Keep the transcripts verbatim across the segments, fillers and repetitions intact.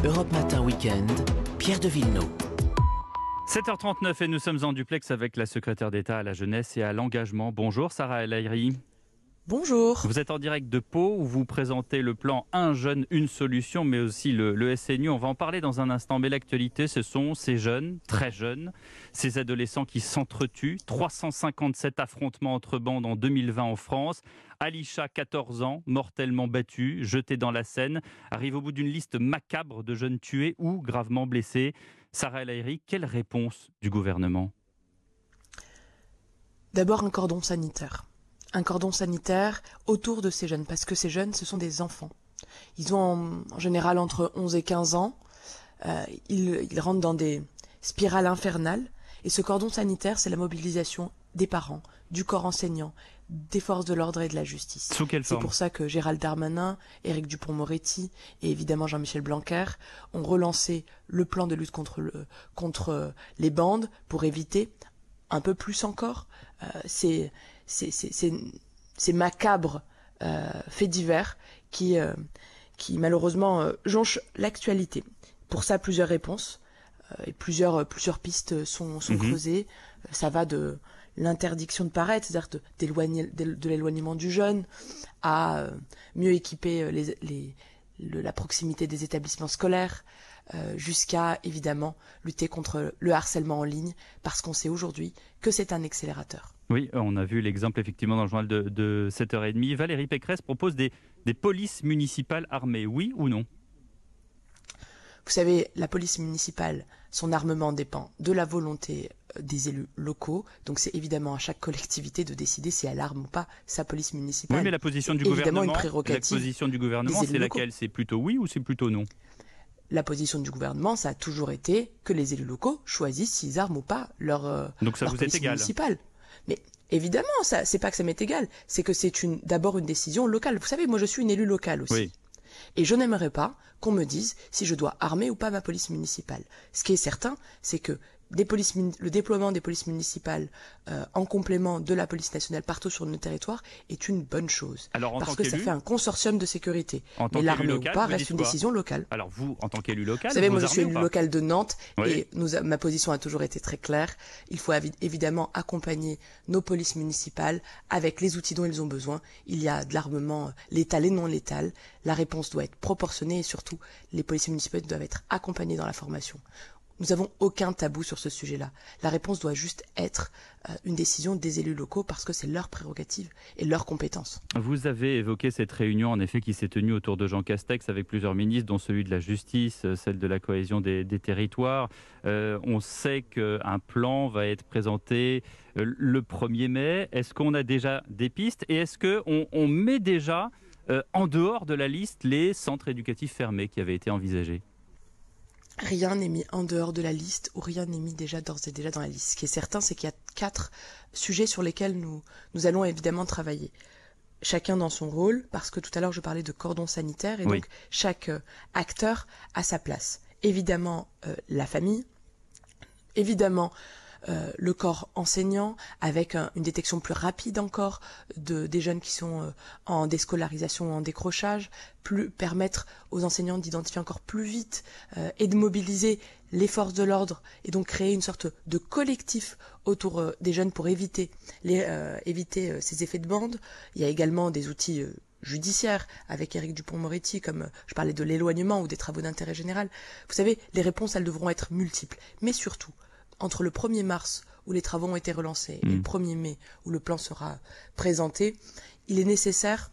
Europe Matin Week-end, Pierre de Villeneuve. sept heures trente-neuf et nous sommes en duplex avec la secrétaire d'État à la jeunesse et à l'engagement. Bonjour Sarah El Haïry. Bonjour. Vous êtes en direct de Pau où vous présentez le plan Un jeune, une solution, mais aussi le, le S N U. On va en parler dans un instant, mais l'actualité, ce sont ces jeunes, très jeunes, ces adolescents qui s'entretuent. trois cent cinquante-sept affrontements entre bandes en deux mille vingt en France. Alisha, quatorze ans, mortellement battu, jeté dans la Seine, arrive au bout d'une liste macabre de jeunes tués ou gravement blessés. Sarah El Haïry, quelle réponse du gouvernement ? D'abord un cordon sanitaire. Un cordon sanitaire autour de ces jeunes, parce que ces jeunes, ce sont des enfants. Ils ont en, en général entre onze et quinze ans, euh, ils, ils rentrent dans des spirales infernales, et ce cordon sanitaire, c'est la mobilisation des parents, du corps enseignant, des forces de l'ordre et de la justice. Sous quelle forme ? C'est pour ça que Gérald Darmanin, Éric Dupond-Moretti et évidemment Jean-Michel Blanquer ont relancé le plan de lutte contre, le, contre les bandes pour éviter un peu plus encore euh, ces, ces, ces, ces, ces macabres euh, faits divers qui, euh, qui malheureusement euh, jonchent l'actualité. Pour ça, plusieurs réponses euh, et plusieurs, plusieurs pistes sont, sont mmh. creusées. Ça va de l'interdiction de paraître, c'est-à-dire de, d'éloigner, de, de l'éloignement du jeune, à euh, mieux équiper les, les, le, la proximité des établissements scolaires, euh, jusqu'à évidemment lutter contre le harcèlement en ligne, parce qu'on sait aujourd'hui que c'est un accélérateur. Oui, on a vu l'exemple effectivement dans le journal de, de sept heures trente. Valérie Pécresse propose des, des polices municipales armées, oui ou non ? Vous savez, la police municipale, son armement dépend de la volonté des élus locaux. Donc c'est évidemment à chaque collectivité de décider si elle arme ou pas sa police municipale. Oui, mais la position du évidemment gouvernement, une prérogative la position du gouvernement, c'est laquelle ? C'est plutôt oui ou c'est plutôt non ? La position du gouvernement, ça a toujours été que les élus locaux choisissent s'ils arment ou pas leur, euh, Donc ça leur vous police est égal. municipale. Mais évidemment, ça, c'est pas que ça m'est égal, c'est que c'est une, d'abord une décision locale. Vous savez, moi je suis une élue locale aussi. Oui. Et je n'aimerais pas qu'on me dise si je dois armer ou pas ma police municipale. Ce qui est certain, c'est que des polices, le déploiement des polices municipales euh, en complément de la police nationale partout sur nos territoires est une bonne chose. Alors, en parce tant que qu'élu, ça fait un consortium de sécurité. En tant Mais l'armée local, ou pas vous reste une quoi décision locale. Alors vous, en tant qu'élu local, vous savez, vous moi je suis élu pas local de Nantes oui. et nous, ma position a toujours été très claire. Il faut évidemment accompagner nos polices municipales avec les outils dont ils ont besoin. Il y a de l'armement létal et non létal. La réponse doit être proportionnée et surtout, les policiers municipaux doivent être accompagnés dans la formation. Nous n'avons aucun tabou sur ce sujet-là. La réponse doit juste être euh, une décision des élus locaux parce que c'est leur prérogative et leur compétence. Vous avez évoqué cette réunion en effet qui s'est tenue autour de Jean Castex avec plusieurs ministres, dont celui de la justice, celle de la cohésion des, des territoires. Euh, on sait qu'un plan va être présenté euh, le premier mai. Est-ce qu'on a déjà des pistes et est-ce qu'on on met déjà euh, en dehors de la liste les centres éducatifs fermés qui avaient été envisagés ? Rien n'est mis en dehors de la liste ou rien n'est mis déjà d'ores et déjà dans la liste. Ce qui est certain, c'est qu'il y a quatre sujets sur lesquels nous, nous allons évidemment travailler. Chacun dans son rôle, parce que tout à l'heure je parlais de cordon sanitaire et oui. donc chaque euh, acteur a sa place. Évidemment euh, la famille, évidemment Euh, le corps enseignant, avec un, une détection plus rapide encore de, des jeunes qui sont euh, en déscolarisation ou en décrochage, plus permettre aux enseignants d'identifier encore plus vite euh, et de mobiliser les forces de l'ordre et donc créer une sorte de collectif autour euh, des jeunes pour éviter, les, euh, éviter euh, ces effets de bande. Il y a également des outils euh, judiciaire avec Éric Dupond-Moretti, comme je parlais de l'éloignement ou des travaux d'intérêt général. Vous savez, les réponses, elles devront être multiples. Mais surtout, entre le premier mars, où les travaux ont été relancés, mmh. et le premier mai, où le plan sera présenté, il est nécessaire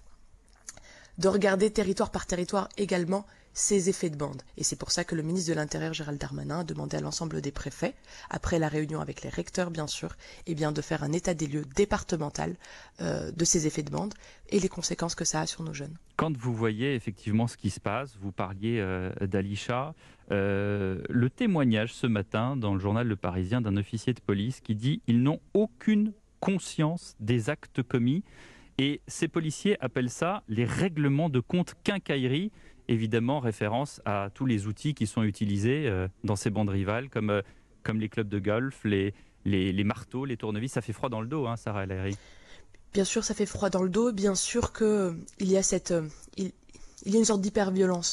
de regarder territoire par territoire également ces effets de bande. Et c'est pour ça que le ministre de l'Intérieur, Gérald Darmanin, a demandé à l'ensemble des préfets, après la réunion avec les recteurs bien sûr, eh bien de faire un état des lieux départemental euh, de ces effets de bande et les conséquences que ça a sur nos jeunes. Quand vous voyez effectivement ce qui se passe, vous parliez euh, d'Alisha, euh, le témoignage ce matin dans le journal Le Parisien d'un officier de police qui dit « Ils n'ont aucune conscience des actes commis ». Et ces policiers appellent ça les règlements de compte quincaillerie, évidemment référence à tous les outils qui sont utilisés euh, dans ces bandes rivales, comme, euh, comme les clubs de golf, les, les, les marteaux, les tournevis. Ça fait froid dans le dos, hein, Sarah El Haïry. Bien sûr, ça fait froid dans le dos. Bien sûr qu'il y a cette, il, il y a une sorte d'hyperviolence.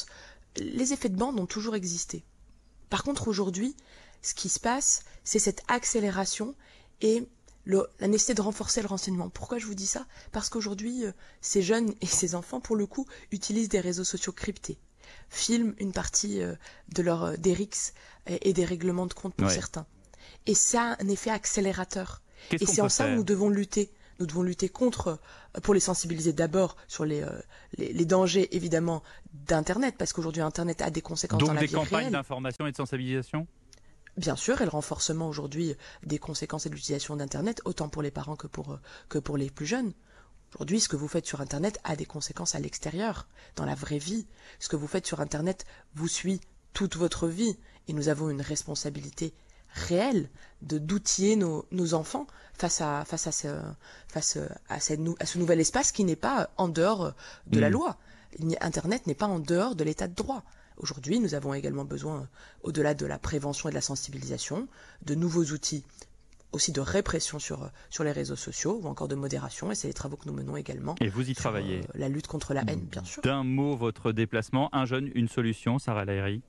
les effets de bande ont toujours existé. Par contre, aujourd'hui, ce qui se passe, c'est cette accélération et le, la nécessité de renforcer le renseignement. Pourquoi je vous dis ça? Parce qu'aujourd'hui, euh, ces jeunes et ces enfants, pour le coup, utilisent des réseaux sociaux cryptés, filment une partie euh, de leur euh, des rixes et, et des règlements de compte pour Ouais. certains. Et ça a un effet accélérateur. Qu'est-ce Et qu'on c'est peut en ça faire que nous devons lutter. Nous devons lutter contre, euh, pour les sensibiliser d'abord sur les, euh, les, les dangers, évidemment, d'Internet, parce qu'aujourd'hui, Internet a des conséquences Donc dans la des vie campagnes réelle. d'information et de sensibilisation? Bien sûr, et le renforcement aujourd'hui des conséquences de l'utilisation d'Internet, autant pour les parents que pour, euh, que pour les plus jeunes. Aujourd'hui, ce que vous faites sur Internet a des conséquences à l'extérieur, dans la vraie vie. Ce que vous faites sur Internet vous suit toute votre vie, et nous avons une responsabilité réelle de d'outiller nos, nos enfants face à face à ce face à, cette, à ce nouvel espace qui n'est pas en dehors de la Mmh. loi. Internet n'est pas en dehors de l'état de droit. Aujourd'hui, nous avons également besoin, au-delà de la prévention et de la sensibilisation, de nouveaux outils, aussi de répression sur, sur les réseaux sociaux ou encore de modération, et c'est les travaux que nous menons également. Et vous y sur, travaillez. euh, la lutte contre la haine, bien sûr. D'un mot, votre déplacement, un jeune, une solution, Sarah El Haïry.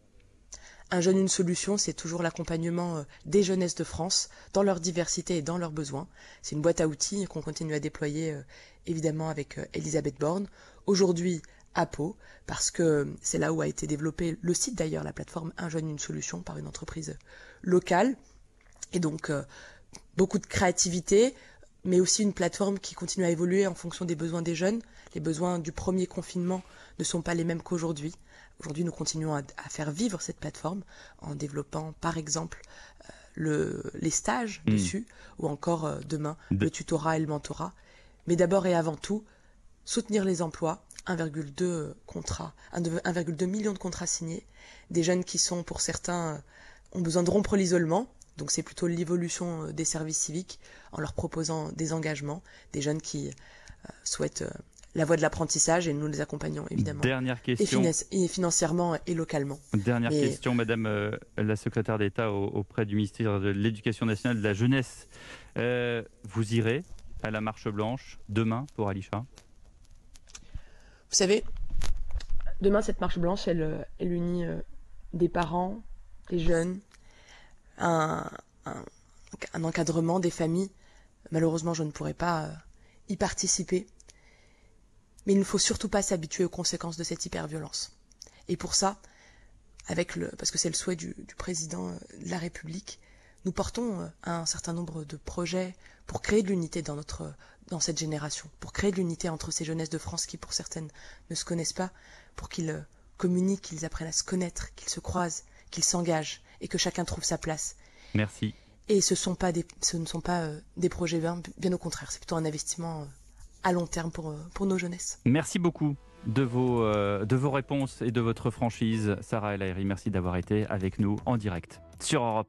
Un jeune, une solution, c'est toujours l'accompagnement euh, des jeunesses de France dans leur diversité et dans leurs besoins. C'est une boîte à outils qu'on continue à déployer euh, évidemment avec euh, Elisabeth Borne. Aujourd'hui, à Pau, parce que c'est là où a été développé le site d'ailleurs, la plateforme Un jeune, une solution par une entreprise locale. Et donc, euh, beaucoup de créativité, mais aussi une plateforme qui continue à évoluer en fonction des besoins des jeunes. Les besoins du premier confinement ne sont pas les mêmes qu'aujourd'hui. Aujourd'hui, nous continuons à, à faire vivre cette plateforme en développant, par exemple, euh, le, les stages Mmh. dessus, ou encore euh, demain, De- le tutorat et le mentorat. Mais d'abord et avant tout, soutenir les emplois, un virgule deux contrats, un virgule deux million de contrats signés, des jeunes qui sont, pour certains, euh, ont besoin de rompre l'isolement. Donc c'est plutôt l'évolution euh, des services civiques en leur proposant des engagements, des jeunes qui euh, souhaitent euh, la voie de l'apprentissage et nous les accompagnons évidemment. Dernière Et, question. finance- et financièrement et localement. Dernière Mais- question, Madame euh, la secrétaire d'État au- auprès du ministère de l'Éducation nationale et de la jeunesse. Euh, vous irez à la marche blanche demain pour Alisha? Vous savez, demain, cette marche blanche, elle, euh, elle unit euh, des parents, des jeunes, un, un, un encadrement des familles. Malheureusement, je ne pourrai pas euh, y participer. Mais il ne faut surtout pas s'habituer aux conséquences de cette hyperviolence. Et pour ça, avec le, parce que c'est le souhait du, du président euh, de la République, nous portons euh, un certain nombre de projets pour créer de l'unité dans notre dans cette génération, pour créer de l'unité entre ces jeunesses de France qui, pour certaines, ne se connaissent pas, pour qu'ils euh, communiquent, qu'ils apprennent à se connaître, qu'ils se croisent, qu'ils s'engagent et que chacun trouve sa place. Merci. Et ce, sont pas des, ce ne sont pas euh, des projets vains, bien au contraire, c'est plutôt un investissement euh, à long terme pour, euh, pour nos jeunesses. Merci beaucoup de vos, euh, de vos réponses et de votre franchise, Sarah El Haïry. Merci d'avoir été avec nous en direct sur Europe.